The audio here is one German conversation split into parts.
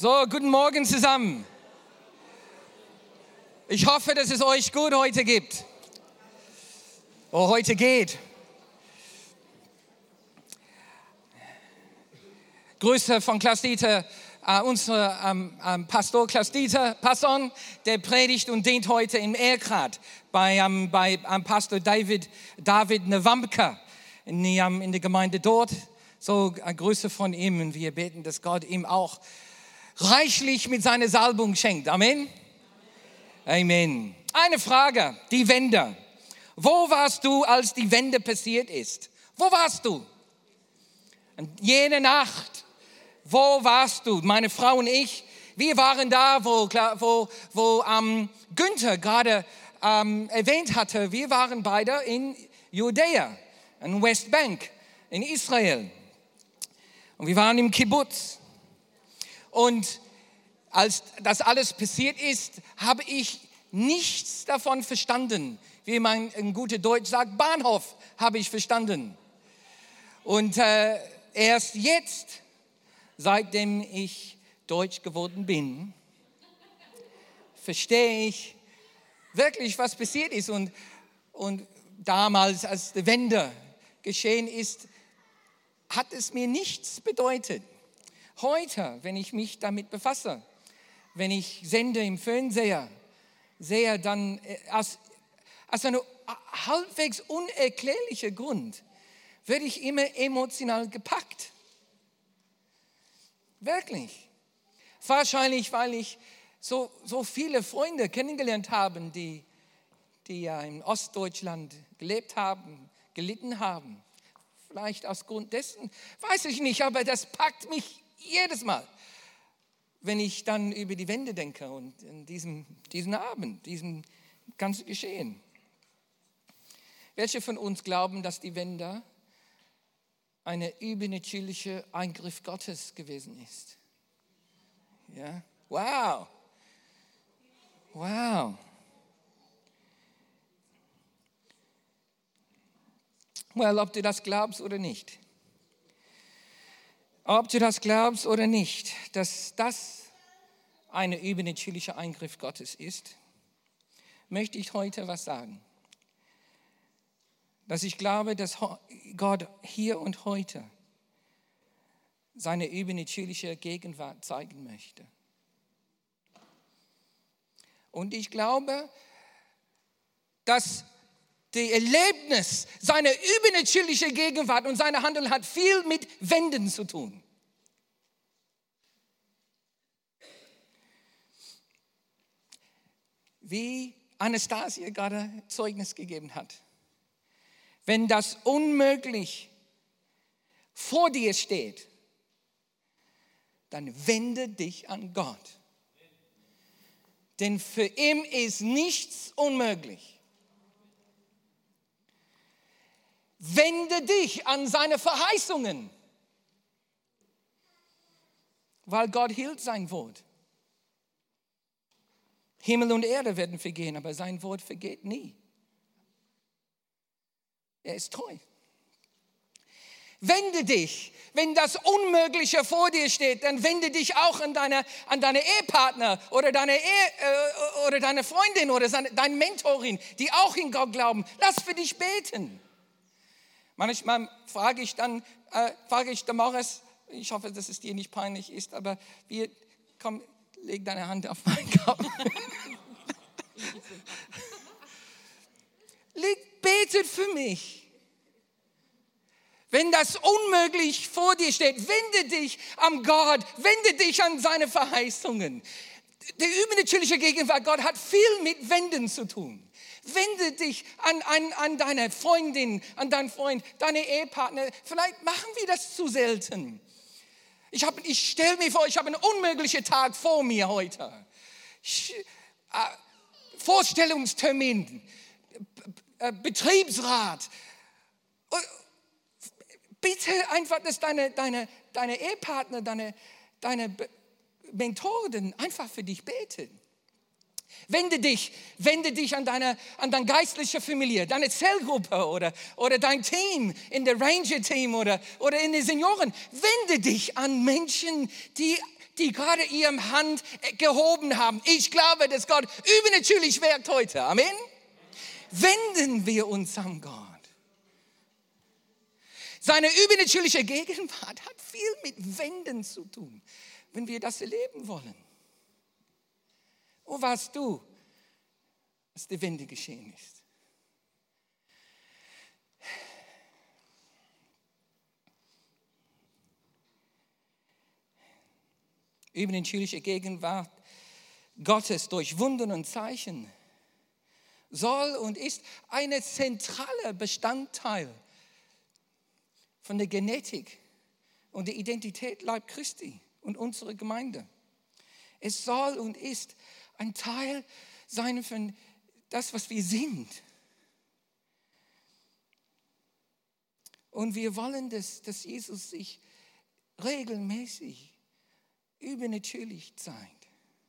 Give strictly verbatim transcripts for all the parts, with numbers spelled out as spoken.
So, guten Morgen zusammen. Ich hoffe, dass es euch gut heute gibt. Oh, heute geht. Grüße von Klaus Dieter, äh, unser ähm, ähm, Pastor Klaus Dieter Passon, der predigt und dient heute in Erkrath bei, ähm, bei ähm, Pastor David, David Newamka in, ähm, in der Gemeinde dort. So, äh, Grüße von ihm und wir beten, dass Gott ihm auch reichlich mit seiner Salbung schenkt. Amen? Amen. Eine Frage, die Wende. Wo warst du, als die Wende passiert ist? Wo warst du? Und jene Nacht, wo warst du? Meine Frau und ich, wir waren da, wo, wo, wo ähm, Günther gerade ähm, erwähnt hatte. Wir waren beide in Judäa, in Westbank, in Israel. Und wir waren im Kibbutz. Und als das alles passiert ist, habe ich nichts davon verstanden. Wie man in guter Deutsch sagt, Bahnhof habe ich verstanden. Und äh, erst jetzt, seitdem ich Deutsch geworden bin, verstehe ich wirklich, was passiert ist. Und, und damals, als die Wende geschehen ist, hat es mir nichts bedeutet. Heute, wenn ich mich damit befasse, wenn ich sende im Fernseher, sehe dann als, als ein halbwegs unerklärlicher Grund, werde ich immer emotional gepackt. Wirklich. Wahrscheinlich, weil ich so, so viele Freunde kennengelernt habe, die, die ja in Ostdeutschland gelebt haben, gelitten haben. Vielleicht aus Grund dessen, weiß ich nicht, aber das packt mich jedes Mal, wenn ich dann über die Wende denke und in diesem, diesen Abend, diesem ganzen Geschehen. Welche von uns glauben, dass die Wende ein übernatürlicher Eingriff Gottes gewesen ist? Ja? Wow. Wow. Well, ob du das glaubst oder nicht. Ob du das glaubst oder nicht, dass das ein übernatürlicher Eingriff Gottes ist, möchte ich heute was sagen. Dass ich glaube, dass Gott hier und heute seine übernatürliche Gegenwart zeigen möchte. Und ich glaube, dass das Erlebnis seiner übernatürlichen Gegenwart und seiner Handeln hat viel mit Wenden zu tun. Wie Anastasia gerade Zeugnis gegeben hat. Wenn das unmöglich vor dir steht, dann wende dich an Gott. Denn für ihn ist nichts unmöglich. Wende dich an seine Verheißungen, weil Gott hielt sein Wort. Himmel und Erde werden vergehen, aber sein Wort vergeht nie. Er ist treu. Wende dich, wenn das Unmögliche vor dir steht, dann wende dich auch an deine, an deine Ehepartner oder deine, Ehe, äh, oder deine Freundin oder seine, deine Mentorin, die auch in Gott glauben. Lass für dich beten. Manchmal frage ich dann, äh, frage ich Damaris, ich hoffe, dass es dir nicht peinlich ist, aber wir, komm, leg deine Hand auf meinen Kopf. leg, betet für mich. Wenn das unmöglich vor dir steht, wende dich an Gott, wende dich an seine Verheißungen. Die übernatürliche Gegenwart Gott hat viel mit Wenden zu tun. Wende dich an, an, an deine Freundin, an deinen Freund, deine Ehepartner. Vielleicht machen wir das zu selten. Ich, hab, ich stelle mir vor, ich habe einen unmöglichen Tag vor mir heute. Ich, äh, Vorstellungstermin, äh, Betriebsrat. Bitte einfach, dass deine, deine, deine Ehepartner, deine, deine Mentoren einfach für dich beten. Wende dich, wende dich an deine, an deine geistliche Familie, deine Zellgruppe oder, oder dein Team, in der Ranger-Team oder, oder in den Senioren. Wende dich an Menschen, die die gerade ihre Hand gehoben haben. Ich glaube, dass Gott übernatürlich wirkt heute. Amen. Wenden wir uns an Gott. Seine übernatürliche Gegenwart hat viel mit Wenden zu tun, wenn wir das erleben wollen. Wo warst du, als die Wende geschehen ist? Übernatürliche Gegenwart Gottes durch Wunder und Zeichen soll und ist ein zentraler Bestandteil von der Genetik und der Identität Leib Christi und unserer Gemeinde. Es soll und ist ein Teil sein von das, was wir sind. Und wir wollen, dass, dass Jesus sich regelmäßig übernatürlich zeigt.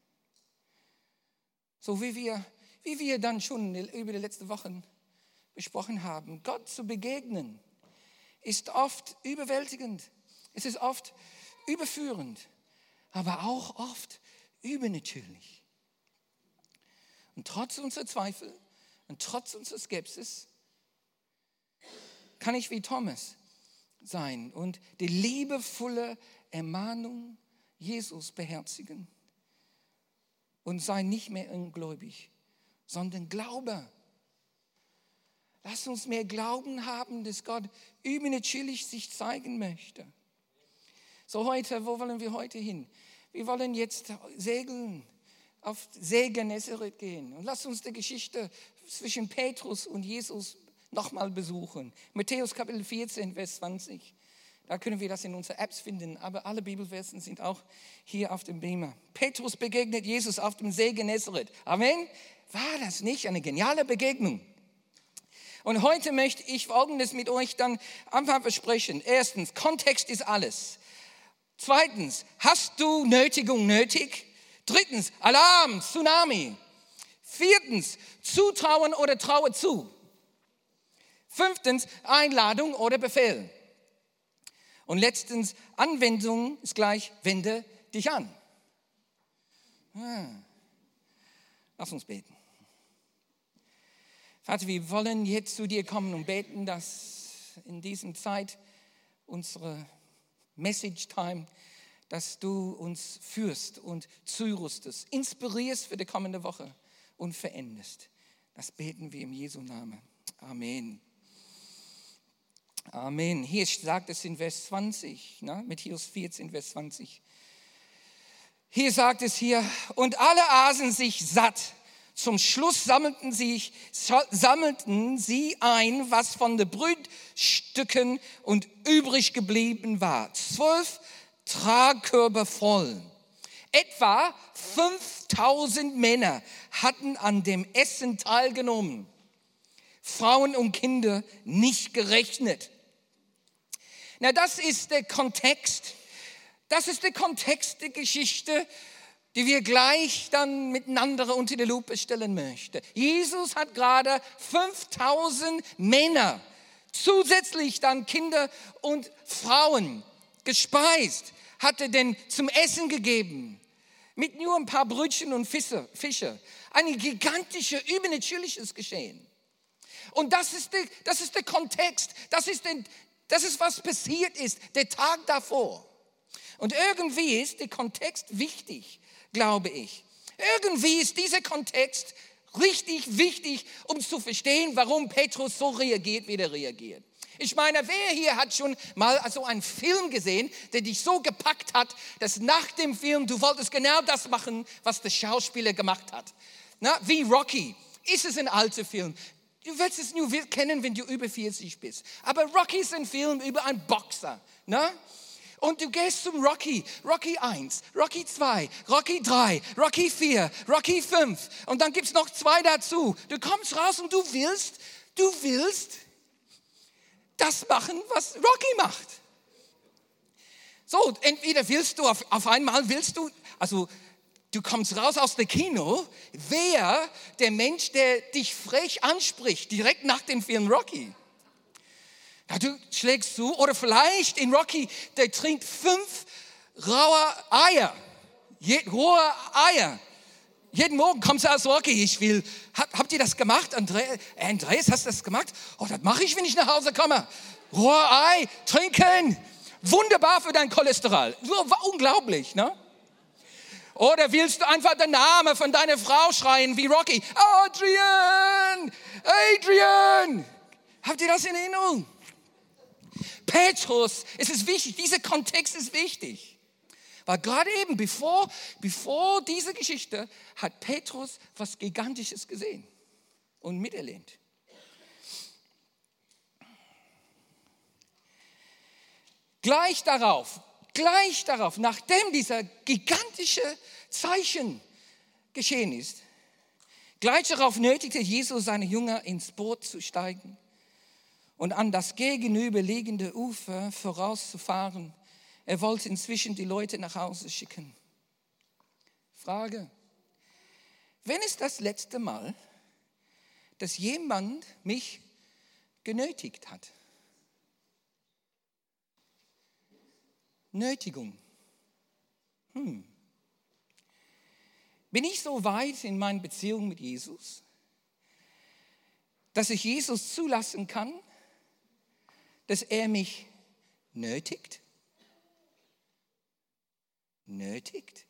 So wie wir, wie wir dann schon über die letzten Wochen besprochen haben, Gott zu begegnen, ist oft überwältigend. Es ist oft überführend, aber auch oft übernatürlich. Und trotz unserer Zweifel und trotz unserer Skepsis kann ich wie Thomas sein und die liebevolle Ermahnung Jesus beherzigen und sei nicht mehr ungläubig, sondern Glaube. Lass uns mehr Glauben haben, dass Gott übernatürlich sich zeigen möchte. So heute, wo wollen wir heute hin? Wir wollen jetzt segeln, auf See Genezareth gehen. Und lass uns die Geschichte zwischen Petrus und Jesus nochmal besuchen. Matthäus Kapitel vierzehn, Vers zwanzig. Da können wir das in unseren Apps finden, aber alle Bibelversen sind auch hier auf dem Beamer. Petrus begegnet Jesus auf dem See Genezareth. Amen. War das nicht eine geniale Begegnung? Und heute möchte ich Folgendes mit euch dann einfach besprechen. Erstens, Kontext ist alles. Zweitens, hast du Nötigung nötig? Drittens, Alarm, Tsunami. Viertens, Zutrauen oder Traue zu. Fünftens, Einladung oder Befehl. Und letztens, Anwendung ist gleich, wende dich an. Hm. Lass uns beten. Vater, wir wollen jetzt zu dir kommen und beten, dass in dieser Zeit unsere Message Time, dass du uns führst und zurüstest, inspirierst für die kommende Woche und veränderst. Das beten wir im Jesu Namen. Amen. Amen. Hier sagt es in Vers zwanzig, ne? Matthäus vierzehn, Vers zwanzig. Hier sagt es hier, und alle aßen sich satt. Zum Schluss sammelten, sich, sammelten sie ein, was von den Brotstücken und übrig geblieben war. Zwölf Tragkörbe voll. Etwa fünftausend Männer hatten an dem Essen teilgenommen. Frauen und Kinder nicht gerechnet. Na, das ist der Kontext. Das ist der Kontext der Geschichte, die wir gleich dann miteinander unter die Lupe stellen möchten. Jesus hat gerade fünftausend Männer, zusätzlich dann Kinder und Frauen gespeist, hat er denn zum Essen gegeben. Mit nur ein paar Brötchen und Fische. Fische. Ein gigantisches, übernatürliches Geschehen. Und das ist der, das ist der Kontext, das ist, den, das ist, was passiert ist, der Tag davor. Und irgendwie ist der Kontext wichtig, glaube ich. Irgendwie ist dieser Kontext richtig wichtig, um zu verstehen, warum Petrus so reagiert, wie er reagiert. Ich meine, wer hier hat schon mal so einen Film gesehen, der dich so gepackt hat, dass nach dem Film du wolltest genau das machen, was der Schauspieler gemacht hat. Na, wie Rocky. Ist es ein alter Film? Du wirst es nur kennen, wenn du über vierzig bist. Aber Rocky ist ein Film über einen Boxer. Ne? Und du gehst zum Rocky. Rocky eins, Rocky zwei, Rocky drei, Rocky vier, Rocky fünf. Und dann gibt es noch zwei dazu. Du kommst raus und du willst, du willst das machen, was Rocky macht. So, entweder willst du auf, auf einmal, willst du, also du kommst raus aus dem Kino, wer der Mensch, der dich frech anspricht, direkt nach dem Film Rocky. Ja, du schlägst zu, oder vielleicht in Rocky, der trinkt fünf raue Eier. Je, rohe Eier. Jeden Morgen kommt sie aus Rocky, ich will, hab, habt ihr das gemacht? Andre, Andreas, hast du das gemacht? Oh, das mache ich, wenn ich nach Hause komme. Rohe Ei, trinken. Wunderbar für dein Cholesterol. Unglaublich, ne? Oder willst du einfach den Namen von deiner Frau schreien wie Rocky? Adrian! Adrian! Habt ihr das in Erinnerung? Petrus, es ist wichtig, dieser Kontext ist wichtig. Weil gerade eben, bevor, bevor diese Geschichte, hat Petrus was Gigantisches gesehen und miterlebt. Gleich darauf, gleich darauf, nachdem dieser gigantische Zeichen geschehen ist, gleich darauf nötigte Jesus seine Jünger ins Boot zu steigen und an das gegenüberliegende Ufer vorauszufahren. Er wollte inzwischen die Leute nach Hause schicken. Frage: Wann ist das letzte Mal, dass jemand mich genötigt hat? Nötigung. Hm. Bin ich so weit in meiner Beziehung mit Jesus, dass ich Jesus zulassen kann, dass er mich nötigt? Nötigt?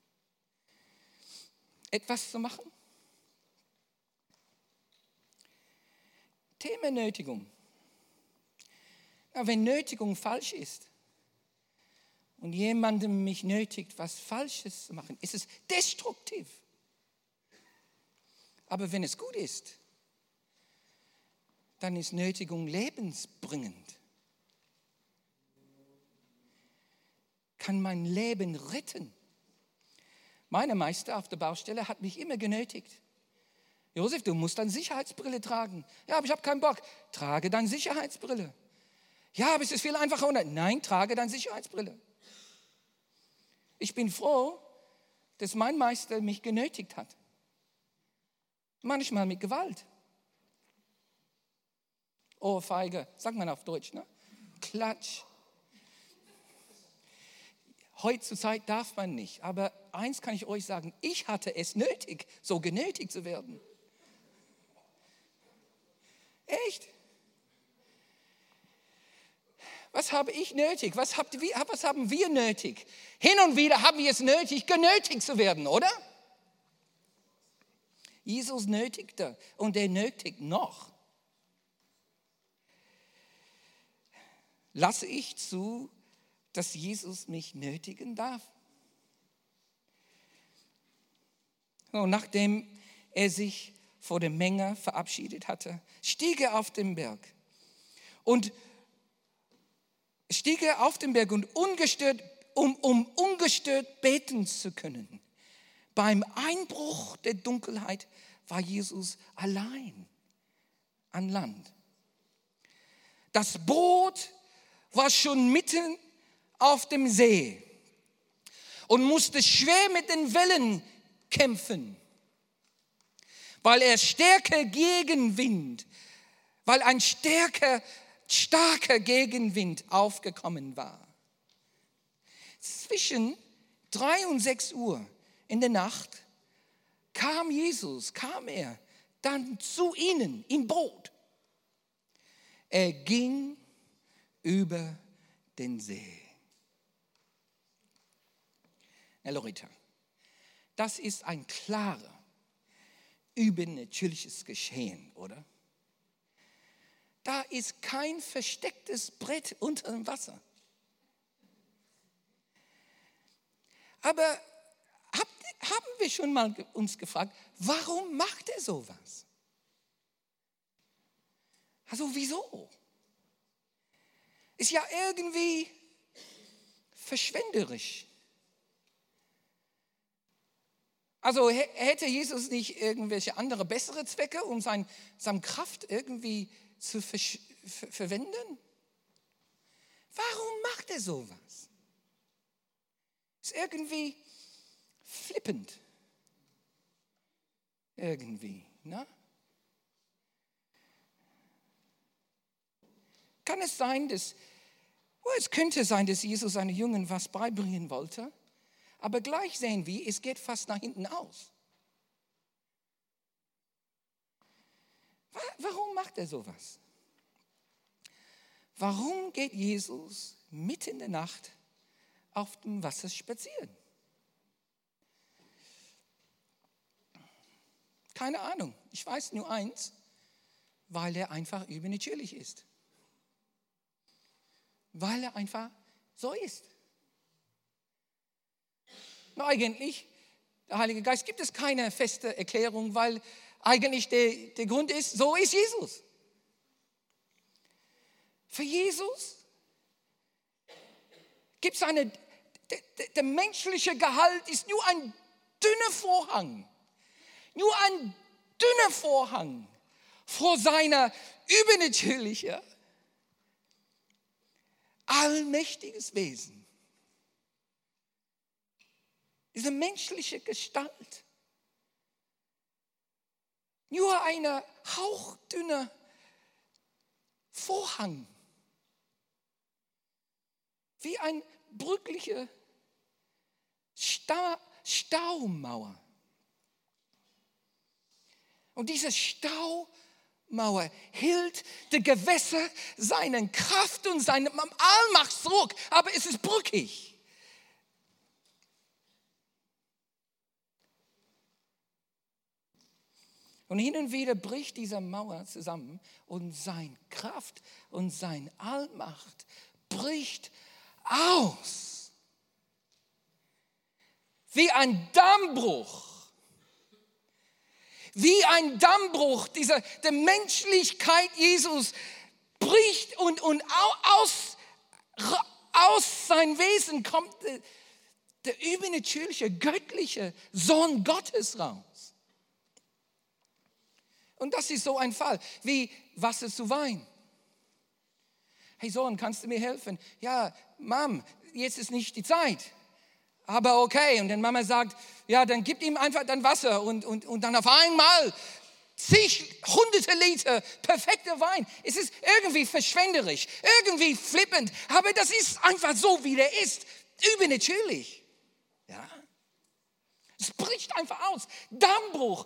Etwas zu machen? Thema Nötigung. Na, wenn Nötigung falsch ist, und jemandem mich nötigt, was Falsches zu machen, ist es destruktiv. Aber wenn es gut ist, dann ist Nötigung lebensbringend. Kann mein Leben retten. Meine Meister auf der Baustelle hat mich immer genötigt. Josef, du musst deine Sicherheitsbrille tragen. Ja, aber ich habe keinen Bock. Trage deine Sicherheitsbrille. Ja, aber es ist viel einfacher. Nein, trage deine Sicherheitsbrille. Ich bin froh, dass mein Meister mich genötigt hat. Manchmal mit Gewalt. Ohrfeige, sagt man auf Deutsch, ne? Klatsch. Heutzutage darf man nicht, aber eins kann ich euch sagen, ich hatte es nötig, so genötigt zu werden. Echt? Was habe ich nötig? Was, habt ihr, was haben wir nötig? Hin und wieder haben wir es nötig, genötigt zu werden, oder? Jesus nötigte und er nötigt noch. Lasse ich zu, dass Jesus mich nötigen darf? Und nachdem er sich vor der Menge verabschiedet hatte, stieg er auf den Berg und stieg er auf den Berg und ungestört, um, um ungestört beten zu können. Beim Einbruch der Dunkelheit war Jesus allein an Land. Das Boot war schon mitten auf dem See und musste schwer mit den Wellen kämpfen, weil er stärker Gegenwind, weil ein stärker starker Gegenwind aufgekommen war. Zwischen drei und sechs Uhr in der Nacht kam Jesus, kam er dann zu ihnen im Boot. Er ging über den See. Na Loretta, das ist ein klares, übernatürliches Geschehen, oder? Da ist kein verstecktes Brett unter dem Wasser. Aber habt, haben wir schon mal uns gefragt, warum macht er sowas? Also wieso? Ist ja irgendwie verschwenderisch. Also hätte Jesus nicht irgendwelche andere bessere Zwecke, um sein, seine Kraft irgendwie zu ver- ver- verwenden? Warum macht er sowas? Ist irgendwie flippend. Irgendwie, ne? Kann es sein, dass, oh, es könnte sein, dass Jesus seinen Jüngern was beibringen wollte, Aber gleich sehen wir, es geht fast nach hinten aus. Warum macht er sowas? Warum geht Jesus mitten in der Nacht auf dem Wasser spazieren? Keine Ahnung. Ich weiß nur eins, weil er einfach übernatürlich ist. Weil er einfach so ist. Na, eigentlich, der Heilige Geist, gibt es keine feste Erklärung, weil eigentlich der, der Grund ist, so ist Jesus. Für Jesus gibt es eine, der, der menschliche Gehalt ist nur ein dünner Vorhang. Nur ein dünner Vorhang vor seiner übernatürlichen, allmächtiges Wesen. Diese menschliche Gestalt. Nur ein hauchdünner Vorhang. Wie eine brüchige Stau- Staumauer. Und diese Staumauer hielt die Gewässer seinen Kraft und seine Allmacht zurück, aber es ist brüchig. Und hin und wieder bricht diese Mauer zusammen und seine Kraft und seine Allmacht bricht aus. Wie ein Dammbruch. Wie ein Dammbruch, diese, der Menschlichkeit Jesus bricht und, und aus, aus seinem Wesen kommt der, der übernatürliche, göttliche Sohn Gottes raus. Und das ist so ein Fall, wie Wasser zu Wein. Hey Sohn, kannst du mir helfen? Ja, Mom, jetzt ist nicht die Zeit. Aber okay, und dann Mama sagt, ja, dann gib ihm einfach dann Wasser und, und, und dann auf einmal zig, hunderte Liter perfekter Wein. Es ist irgendwie verschwenderisch, irgendwie flippend, aber das ist einfach so, wie der ist, übernatürlich. Ja? Es bricht einfach aus, Dammbruch.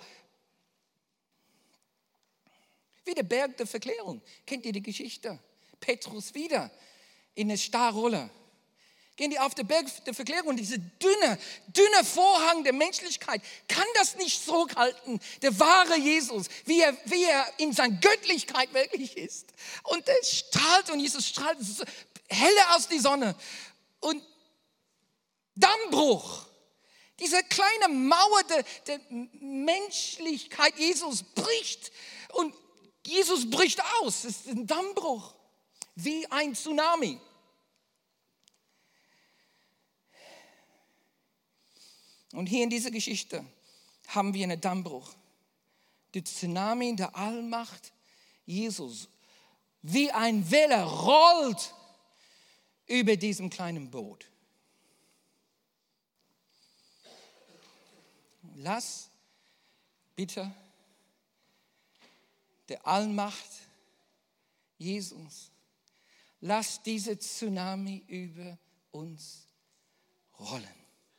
Wie der Berg der Verklärung. Kennt ihr die Geschichte? Petrus wieder in der Starrolle. Gehen die auf den Berg der Verklärung und dieser dünne, dünne Vorhang der Menschlichkeit kann das nicht zurückhalten. Der wahre Jesus, wie er, wie er in seiner Göttlichkeit wirklich ist. Und er strahlt und Jesus strahlt heller als die Sonne. Und Dammbruch. Diese kleine Mauer der, der Menschlichkeit Jesus bricht und Jesus bricht aus. Es ist ein Dammbruch. Wie ein Tsunami. Und hier in dieser Geschichte haben wir einen Dammbruch. Der Tsunami der Allmacht Jesus wie ein Welle rollt über diesem kleinen Boot. Lass bitte der Allmacht Jesus, lass diese Tsunami über uns rollen.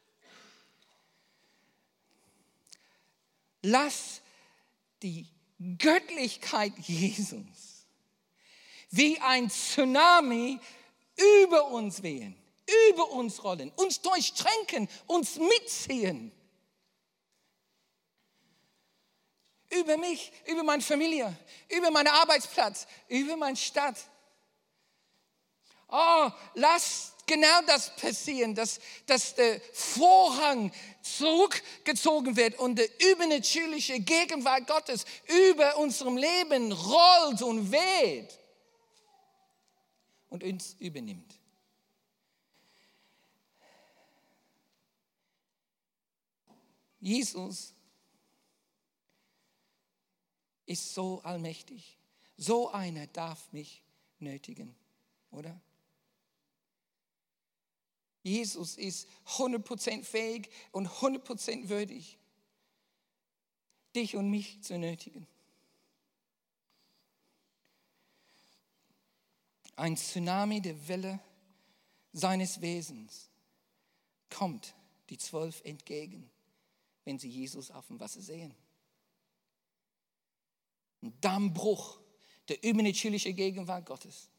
Lass die Göttlichkeit Jesus wie ein Tsunami über uns wehen, über uns rollen, uns durchtränken, uns mitziehen. Über mich, über meine Familie, über meinen Arbeitsplatz, über meine Stadt. Oh, lass genau das passieren, dass, dass der Vorhang zurückgezogen wird und die übernatürliche Gegenwart Gottes über unserem Leben rollt und weht und uns übernimmt. Jesus ist so allmächtig. So einer darf mich nötigen, oder? Jesus ist hundert Prozent fähig und hundert Prozent würdig, dich und mich zu nötigen. Ein Tsunami der Welle seines Wesens kommt die zwölf entgegen, wenn sie Jesus auf dem Wasser sehen. Ein Dammbruch der übernatürlichen Gegenwart Gottes.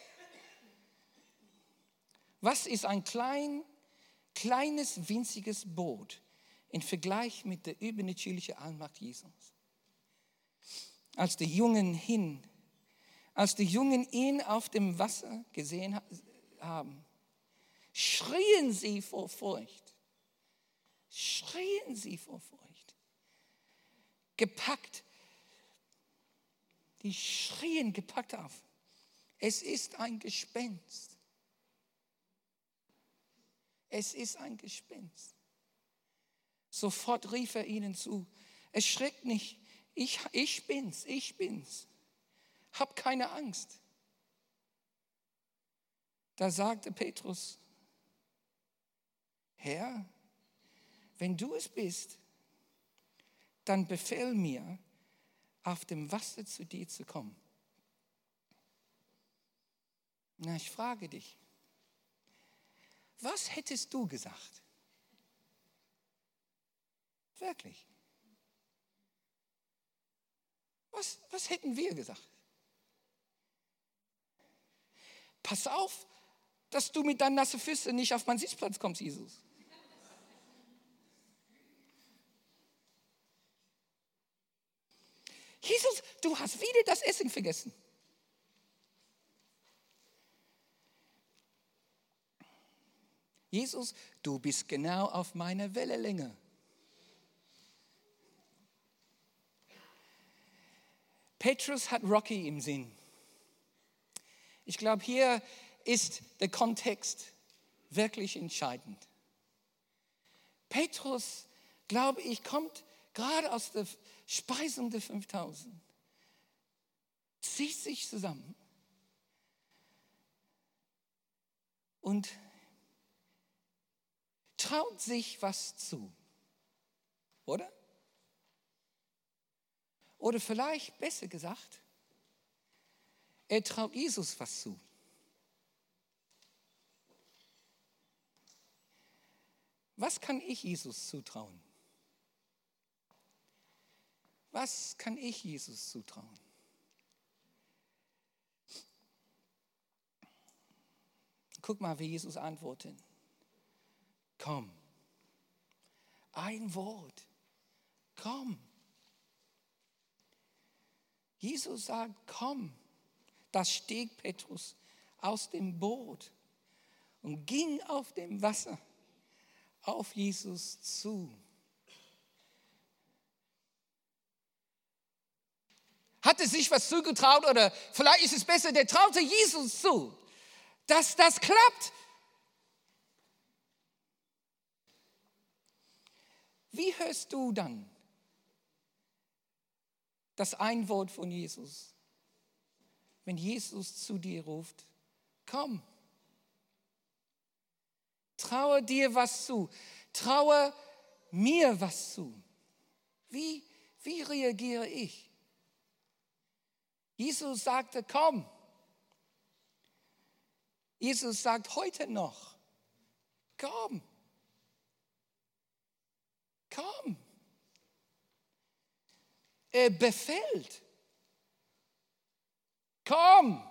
Was ist ein klein, kleines, winziges Boot im Vergleich mit der übernatürlichen Allmacht Jesus? Als die Jungen hin, als die Jungen ihn auf dem Wasser gesehen haben, schrien sie vor Furcht. Schrien sie vor Furcht. Gepackt. Die schrien gepackt auf. Es ist ein Gespenst. Es ist ein Gespenst. Sofort rief er ihnen zu, erschreckt nicht, ich, ich bin's, ich bin's. Hab keine Angst. Da sagte Petrus, Herr, wenn du es bist, dann befehl mir, auf dem Wasser zu dir zu kommen. Na, ich frage dich, was hättest du gesagt? Wirklich? Was, was hätten wir gesagt? Pass auf, dass du mit deinen nassen Füßen nicht auf meinen Sitzplatz kommst, Jesus. Jesus, du hast wieder das Essen vergessen. Jesus, du bist genau auf meiner Wellenlänge. Petrus hat Rocky im Sinn. Ich glaube, hier ist der Kontext wirklich entscheidend. Petrus, glaube ich, kommt gerade aus der Speisung der fünftausend, zieht sich zusammen und traut sich was zu, oder? Oder vielleicht besser gesagt, er traut Jesus was zu. Was kann ich Jesus zutrauen? Was kann ich Jesus zutrauen? Guck mal, wie Jesus antwortet. Komm. Ein Wort. Komm. Jesus sagt, komm. Da stieg Petrus aus dem Boot und ging auf dem Wasser auf Jesus zu. Hat er sich was zugetraut oder vielleicht ist es besser, der traute Jesus zu, dass das klappt. Wie hörst du dann das Einwort von Jesus, wenn Jesus zu dir ruft, komm, traue dir was zu, traue mir was zu. Wie, wie reagiere ich? Jesus sagte, komm. Jesus sagt heute noch, komm. Komm. Er befehlt. Komm.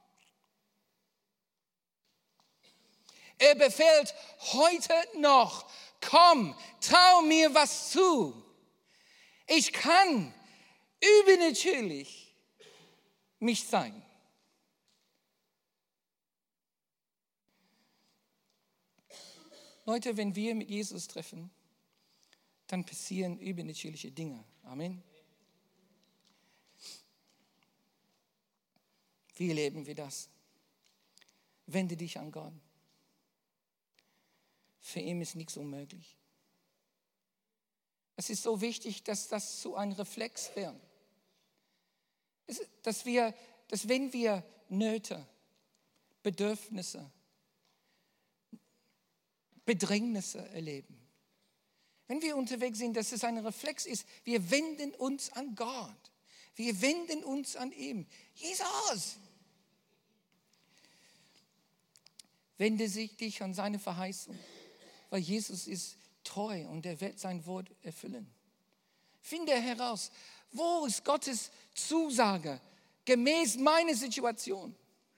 Er befehlt heute noch, komm, trau mir was zu. Ich kann übernatürlich mich zeigen. Leute, wenn wir mit Jesus treffen, dann passieren übernatürliche Dinge. Amen. Wie erleben wir das? Wende dich an Gott. Für ihn ist nichts unmöglich. Es ist so wichtig, dass das zu einem Reflex wird. Dass wir, dass wenn wir Nöte, Bedürfnisse, Bedrängnisse erleben, wenn wir unterwegs sind, dass es ein Reflex ist, wir wenden uns an Gott. Wir wenden uns an ihn. Jesus! Wende sich dich an seine Verheißung, weil Jesus ist treu und er wird sein Wort erfüllen. Finde heraus, wo ist Gottes Zusage gemäß meiner Situation.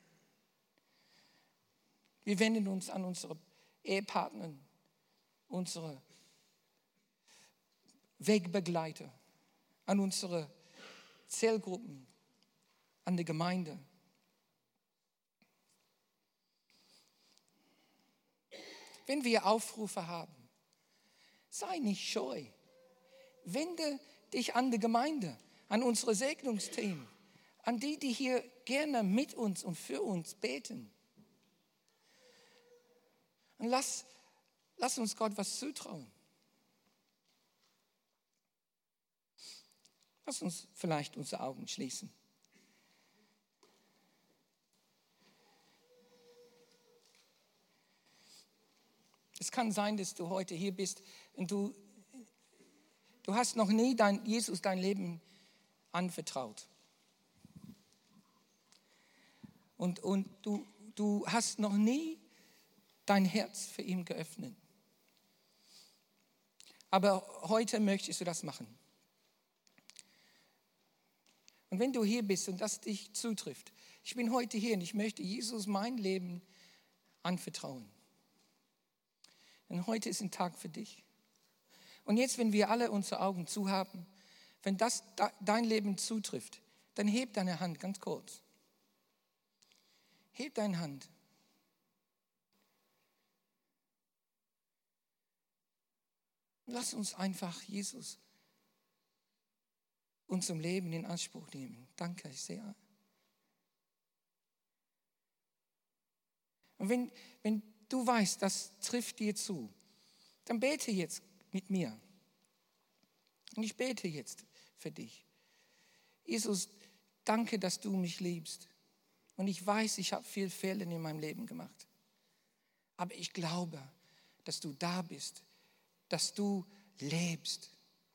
Wir wenden uns an unsere Ehepartner, unsere Wegbegleiter, an unsere Zellgruppen, an die Gemeinde. Wenn wir Aufrufe haben, sei nicht scheu. Wende dich an die Gemeinde, an unsere Segnungsteam, an die, die hier gerne mit uns und für uns beten. Und lass, lass uns Gott was zutrauen. Lass uns vielleicht unsere Augen schließen. Es kann sein, dass du heute hier bist und du, du hast noch nie dein, Jesus dein Leben anvertraut. Und, und du, du hast noch nie dein Herz für ihn geöffnet. Aber heute möchtest du das machen. Und wenn du hier bist und das dich zutrifft, ich bin heute hier und ich möchte Jesus mein Leben anvertrauen. Denn heute ist ein Tag für dich. Und jetzt, wenn wir alle unsere Augen zu haben, wenn das dein Leben zutrifft, dann heb deine Hand ganz kurz. Heb deine Hand. Lass uns einfach Jesus unserem Leben in Anspruch nehmen. Danke sehr. Und wenn, wenn du weißt, das trifft dir zu, dann bete jetzt mit mir. Und ich bete jetzt für dich. Jesus, danke, dass du mich liebst. Und ich weiß, ich habe viele Fehler in meinem Leben gemacht. Aber ich glaube, dass du da bist, dass du lebst.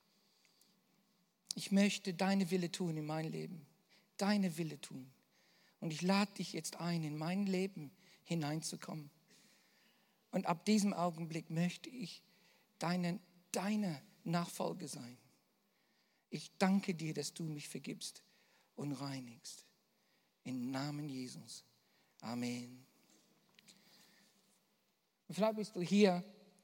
Ich möchte deine Wille tun in meinem Leben. Deine Wille tun. Und ich lade dich jetzt ein, in mein Leben hineinzukommen. Und ab diesem Augenblick möchte ich deine, deine Nachfolger sein. Ich danke dir, dass du mich vergibst und reinigst. Im Namen Jesus. Amen. Und vielleicht bist du hier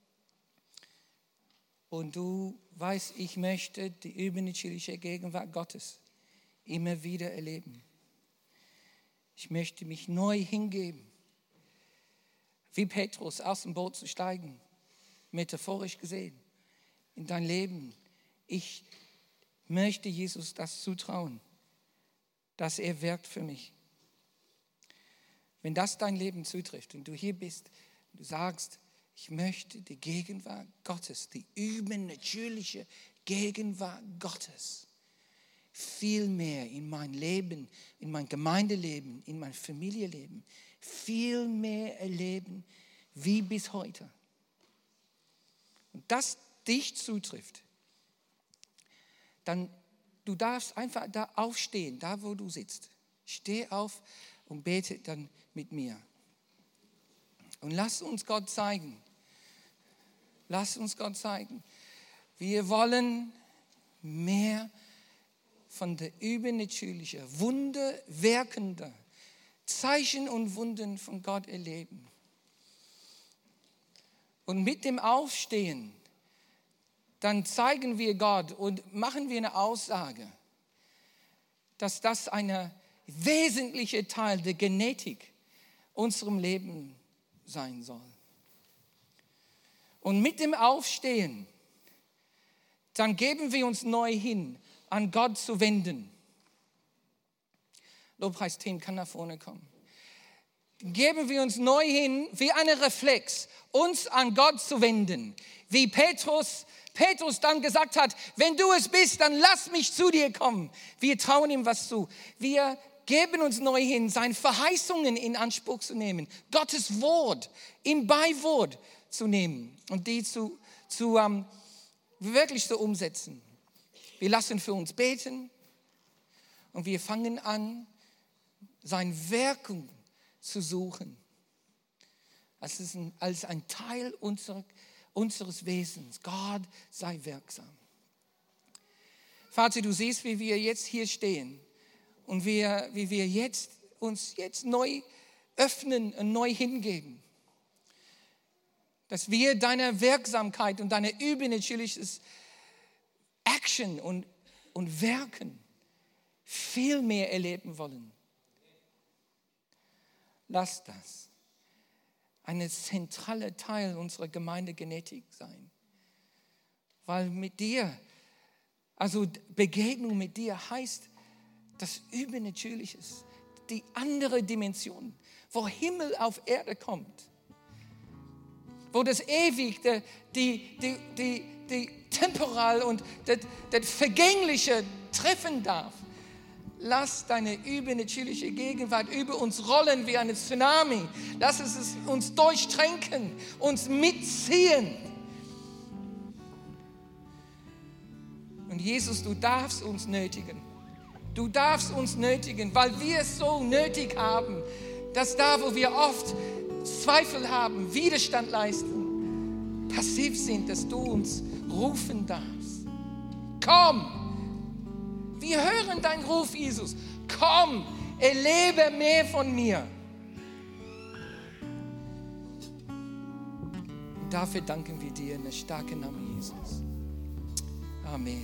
und du weißt, ich möchte die übernatürliche Gegenwart Gottes immer wieder erleben. Ich möchte mich neu hingeben, wie Petrus aus dem Boot zu steigen, metaphorisch gesehen, in dein Leben. Ich möchte Jesus das zutrauen, dass er wirkt für mich. Wenn das dein Leben zutrifft und du hier bist, du sagst, ich möchte die Gegenwart Gottes, die übernatürliche Gegenwart Gottes, viel mehr in mein Leben, in mein Gemeindeleben, in mein Familienleben, viel mehr erleben wie bis heute. Und das dich zutrifft, dann du darfst einfach da aufstehen, da wo du sitzt. Steh auf und bete dann mit mir. Und lass uns Gott zeigen. Lass uns Gott zeigen. Wir wollen mehr von der übernatürlichen, wunderwirkenden Zeichen und Wunden von Gott erleben. Und mit dem Aufstehen, dann zeigen wir Gott und machen wir eine Aussage, dass das ein wesentlicher Teil der Genetik unserem Leben sein soll. Und mit dem Aufstehen, dann geben wir uns neu hin, an Gott zu wenden. Lobpreisteam kann nach vorne kommen. Geben wir uns neu hin, wie ein Reflex, uns an Gott zu wenden. Wie Petrus, Petrus dann gesagt hat, wenn du es bist, dann lass mich zu dir kommen. Wir trauen ihm was zu. Wir geben uns neu hin, seine Verheißungen in Anspruch zu nehmen. Gottes Wort im Beiwort zu nehmen und die zu, zu um, wirklich zu umsetzen. Wir lassen für uns beten und wir fangen an, seine Wirkung zu suchen. Als ein, als ein Teil unserer, unseres Wesens. Gott sei wirksam. Vater, du siehst, wie wir jetzt hier stehen und wir, wie wir jetzt, uns jetzt neu öffnen und neu hingeben. Dass wir deine Wirksamkeit und deine übernatürliches Action und, und Wirken viel mehr erleben wollen. Lass das ein zentraler Teil unserer Gemeindegenetik sein. Weil mit dir, also Begegnung mit dir heißt das Übernatürliches, die andere Dimension, wo Himmel auf Erde kommt. Wo das Ewige, die, die, die, die temporal und das, das Vergängliche treffen darf. Lass deine übernatürliche Gegenwart über uns rollen wie eine Tsunami. Lass es uns durchtränken, uns mitziehen. Und Jesus, du darfst uns nötigen. Du darfst uns nötigen, weil wir es so nötig haben, dass da, wo wir oft Zweifel haben, Widerstand leisten, passiv sind, dass du uns rufen darfst. Komm, wir hören deinen Ruf, Jesus. Komm, erlebe mehr von mir. Und dafür danken wir dir in der starken Namen Jesus. Amen.